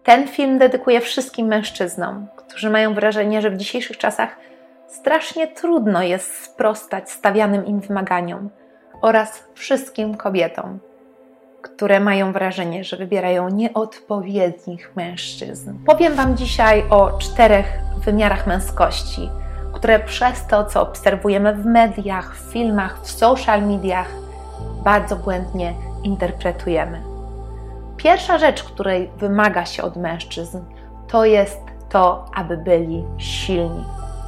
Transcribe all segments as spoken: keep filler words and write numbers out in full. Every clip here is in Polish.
Ten film dedykuję wszystkim mężczyznom, którzy mają wrażenie, że w dzisiejszych czasach strasznie trudno jest sprostać stawianym im wymaganiom, oraz wszystkim kobietom, które mają wrażenie, że wybierają nieodpowiednich mężczyzn. Powiem Wam dzisiaj o czterech wymiarach męskości, które przez to, co obserwujemy w mediach, w filmach, w social mediach, bardzo błędnie interpretujemy. Pierwsza rzecz, której wymaga się od mężczyzn, to jest to, aby byli silni.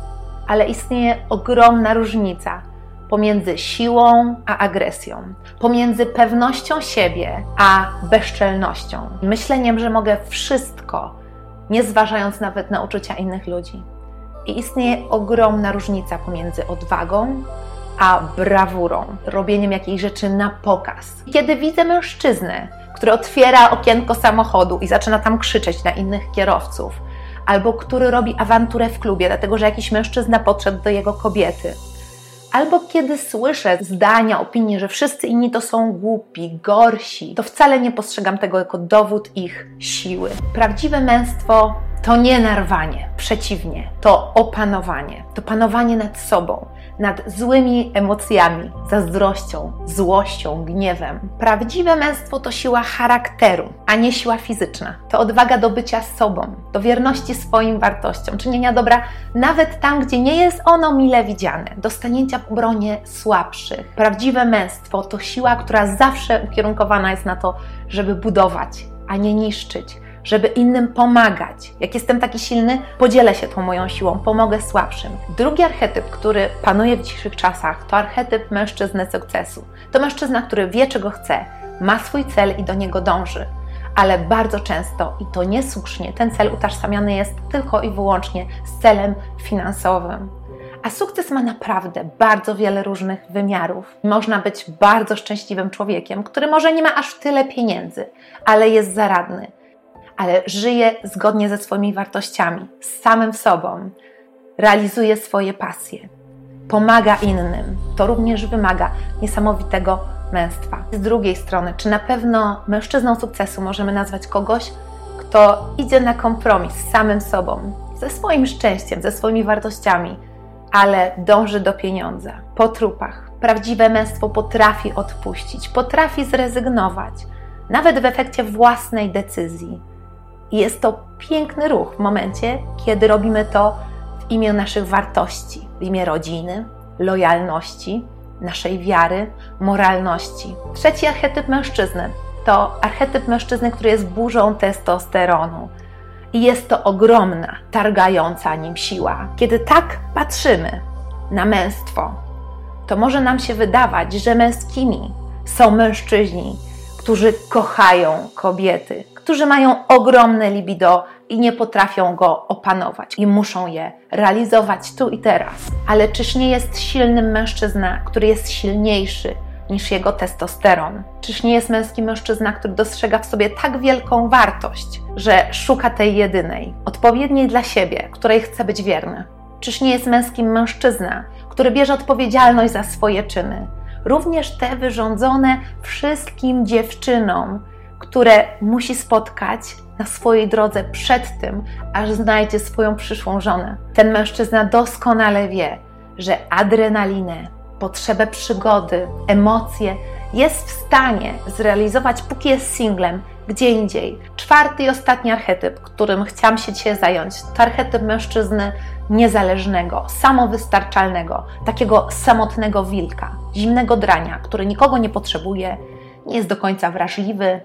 Ale istnieje ogromna różnica pomiędzy siłą a agresją, pomiędzy pewnością siebie a bezczelnością, myśleniem, że mogę wszystko, nie zważając nawet na uczucia innych ludzi. I istnieje ogromna różnica pomiędzy odwagą a brawurą, robieniem jakiejś rzeczy na pokaz. Kiedy widzę mężczyznę, który otwiera okienko samochodu i zaczyna tam krzyczeć na innych kierowców, albo który robi awanturę w klubie, dlatego że jakiś mężczyzna podszedł do jego kobiety, albo kiedy słyszę zdania, opinie, że wszyscy inni to są głupi, gorsi, to wcale nie postrzegam tego jako dowód ich siły. Prawdziwe męstwo to nie narwanie, przeciwnie, to opanowanie, to panowanie nad sobą, nad złymi emocjami, zazdrością, złością, gniewem. Prawdziwe męstwo to siła charakteru, a nie siła fizyczna. To odwaga do bycia sobą, do wierności swoim wartościom, czynienia dobra nawet tam, gdzie nie jest ono mile widziane, do stanięcia w obronie słabszych. Prawdziwe męstwo to siła, która zawsze ukierunkowana jest na to, żeby budować, a nie niszczyć, żeby innym pomagać. Jak jestem taki silny, podzielę się tą moją siłą, pomogę słabszym. Drugi archetyp, który panuje w dzisiejszych czasach, to archetyp mężczyzny sukcesu. To mężczyzna, który wie, czego chce, ma swój cel i do niego dąży. Ale bardzo często, i to niesłusznie, ten cel utożsamiany jest tylko i wyłącznie z celem finansowym. A sukces ma naprawdę bardzo wiele różnych wymiarów. Można być bardzo szczęśliwym człowiekiem, który może nie ma aż tyle pieniędzy, ale jest zaradny, ale żyje zgodnie ze swoimi wartościami, z samym sobą, realizuje swoje pasje, pomaga innym. To również wymaga niesamowitego męstwa. Z drugiej strony, czy na pewno mężczyzną sukcesu możemy nazwać kogoś, kto idzie na kompromis z samym sobą, ze swoim szczęściem, ze swoimi wartościami, ale dąży do pieniądza, po trupach. Prawdziwe męstwo potrafi odpuścić, potrafi zrezygnować, nawet w efekcie własnej decyzji. I jest to piękny ruch w momencie, kiedy robimy to w imię naszych wartości, w imię rodziny, lojalności, naszej wiary, moralności. Trzeci archetyp mężczyzny to archetyp mężczyzny, który jest burzą testosteronu. I jest to ogromna, targająca nim siła. Kiedy tak patrzymy na męstwo, to może nam się wydawać, że męskimi są mężczyźni, którzy kochają kobiety, którzy mają ogromne libido i nie potrafią go opanować i muszą je realizować tu i teraz. Ale czyż nie jest silnym mężczyzna, który jest silniejszy niż jego testosteron? Czyż nie jest męski mężczyzna, który dostrzega w sobie tak wielką wartość, że szuka tej jedynej, odpowiedniej dla siebie, której chce być wierny? Czyż nie jest męskim mężczyzna, który bierze odpowiedzialność za swoje czyny? Również te wyrządzone wszystkim dziewczynom, które musi spotkać na swojej drodze przed tym, aż znajdzie swoją przyszłą żonę. Ten mężczyzna doskonale wie, że adrenalinę, potrzebę przygody, emocje jest w stanie zrealizować, póki jest singlem, gdzie indziej. Czwarty i ostatni archetyp, którym chciałam się dzisiaj zająć, to archetyp mężczyzny niezależnego, samowystarczalnego, takiego samotnego wilka, zimnego drania, który nikogo nie potrzebuje, nie jest do końca wrażliwy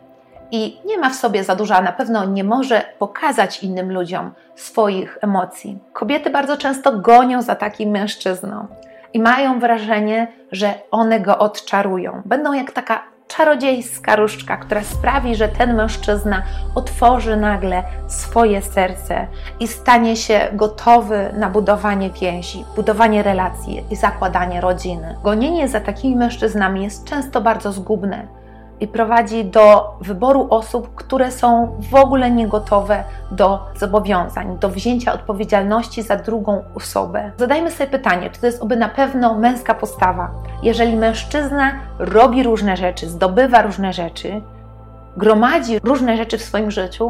i nie ma w sobie za dużo, a na pewno nie może pokazać innym ludziom swoich emocji. Kobiety bardzo często gonią za takim mężczyzną i mają wrażenie, że one go odczarują. Będą jak taka czarodziejska różdżka, która sprawi, że ten mężczyzna otworzy nagle swoje serce i stanie się gotowy na budowanie więzi, budowanie relacji i zakładanie rodziny. Gonienie za takimi mężczyznami jest często bardzo zgubne i prowadzi do wyboru osób, które są w ogóle nie gotowe do zobowiązań, do wzięcia odpowiedzialności za drugą osobę. Zadajmy sobie pytanie, czy to jest oby na pewno męska postawa. Jeżeli mężczyzna robi różne rzeczy, zdobywa różne rzeczy, gromadzi różne rzeczy w swoim życiu,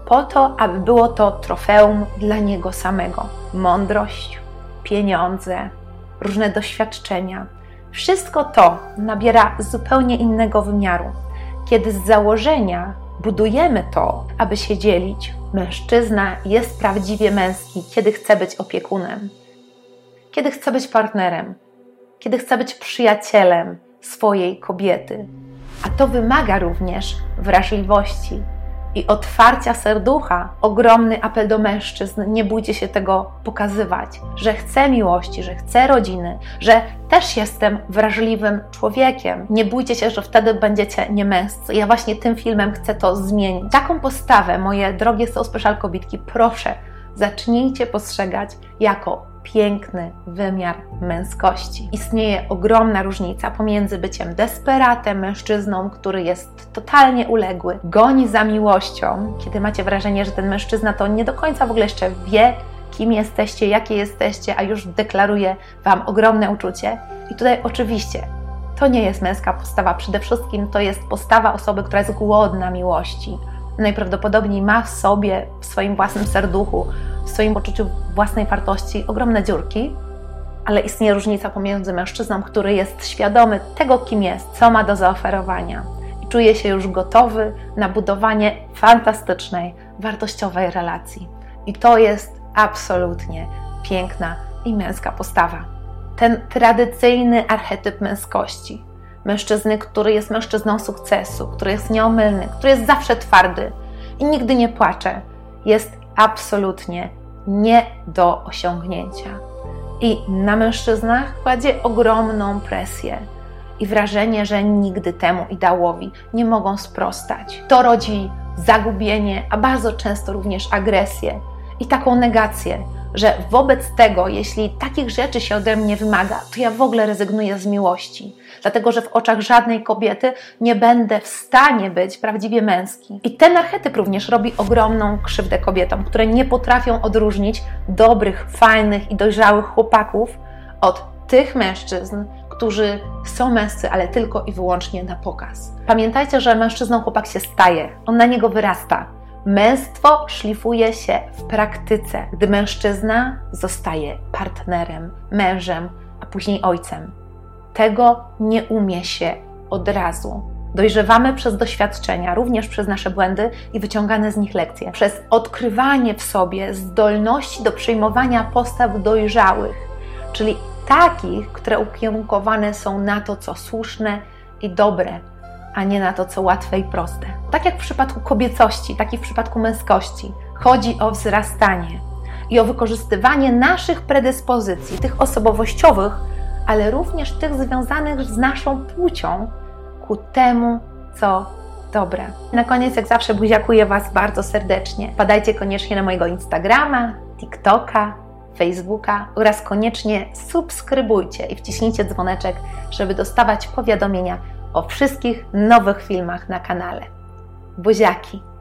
po to, aby było to trofeum dla niego samego. Mądrość, pieniądze, różne doświadczenia. Wszystko to nabiera zupełnie innego wymiaru, kiedy z założenia budujemy to, aby się dzielić. Mężczyzna jest prawdziwie męski, kiedy chce być opiekunem, kiedy chce być partnerem, kiedy chce być przyjacielem swojej kobiety. A to wymaga również wrażliwości i otwarcia serducha. Ogromny apel do mężczyzn: nie bójcie się tego pokazywać, że chcę miłości, że chcę rodziny, że też jestem wrażliwym człowiekiem. Nie bójcie się, że wtedy będziecie niemęscy. Ja właśnie tym filmem chcę to zmienić. Taką postawę, moje drogie So Special kobietki, proszę, zacznijcie postrzegać jako piękny wymiar męskości. Istnieje ogromna różnica pomiędzy byciem desperatem, mężczyzną, który jest totalnie uległy, goni za miłością, kiedy macie wrażenie, że ten mężczyzna to nie do końca w ogóle jeszcze wie, kim jesteście, jakie jesteście, a już deklaruje Wam ogromne uczucie. I tutaj oczywiście to nie jest męska postawa, przede wszystkim to jest postawa osoby, która jest głodna miłości. Najprawdopodobniej ma w sobie, w swoim własnym serduchu, w swoim poczuciu własnej wartości ogromne dziurki, ale istnieje różnica pomiędzy mężczyzną, który jest świadomy tego, kim jest, co ma do zaoferowania i czuje się już gotowy na budowanie fantastycznej, wartościowej relacji. I to jest absolutnie piękna i męska postawa. Ten tradycyjny archetyp męskości, mężczyzny, który jest mężczyzną sukcesu, który jest nieomylny, który jest zawsze twardy i nigdy nie płacze, jest absolutnie nie do osiągnięcia. I na mężczyznach kładzie ogromną presję i wrażenie, że nigdy temu ideałowi nie mogą sprostać. To rodzi zagubienie, a bardzo często również agresję i taką negację, że wobec tego, jeśli takich rzeczy się ode mnie wymaga, to ja w ogóle rezygnuję z miłości. Dlatego, że w oczach żadnej kobiety nie będę w stanie być prawdziwie męski. I ten archetyp również robi ogromną krzywdę kobietom, które nie potrafią odróżnić dobrych, fajnych i dojrzałych chłopaków od tych mężczyzn, którzy są męscy, ale tylko i wyłącznie na pokaz. Pamiętajcie, że mężczyzną chłopak się staje, on na niego wyrasta. Męstwo szlifuje się w praktyce, gdy mężczyzna zostaje partnerem, mężem, a później ojcem. Tego nie umie się od razu. Dojrzewamy przez doświadczenia, również przez nasze błędy i wyciągane z nich lekcje. Przez odkrywanie w sobie zdolności do przyjmowania postaw dojrzałych, czyli takich, które ukierunkowane są na to, co słuszne i dobre, a nie na to, co łatwe i proste. Tak jak w przypadku kobiecości, tak i w przypadku męskości. Chodzi o wzrastanie i o wykorzystywanie naszych predyspozycji, tych osobowościowych, ale również tych związanych z naszą płcią ku temu, co dobre. Na koniec, jak zawsze, buziakuję Was bardzo serdecznie. Wpadajcie koniecznie na mojego Instagrama, TikToka, Facebooka oraz koniecznie subskrybujcie i wciśnijcie dzwoneczek, żeby dostawać powiadomienia o wszystkich nowych filmach na kanale. Buziaki!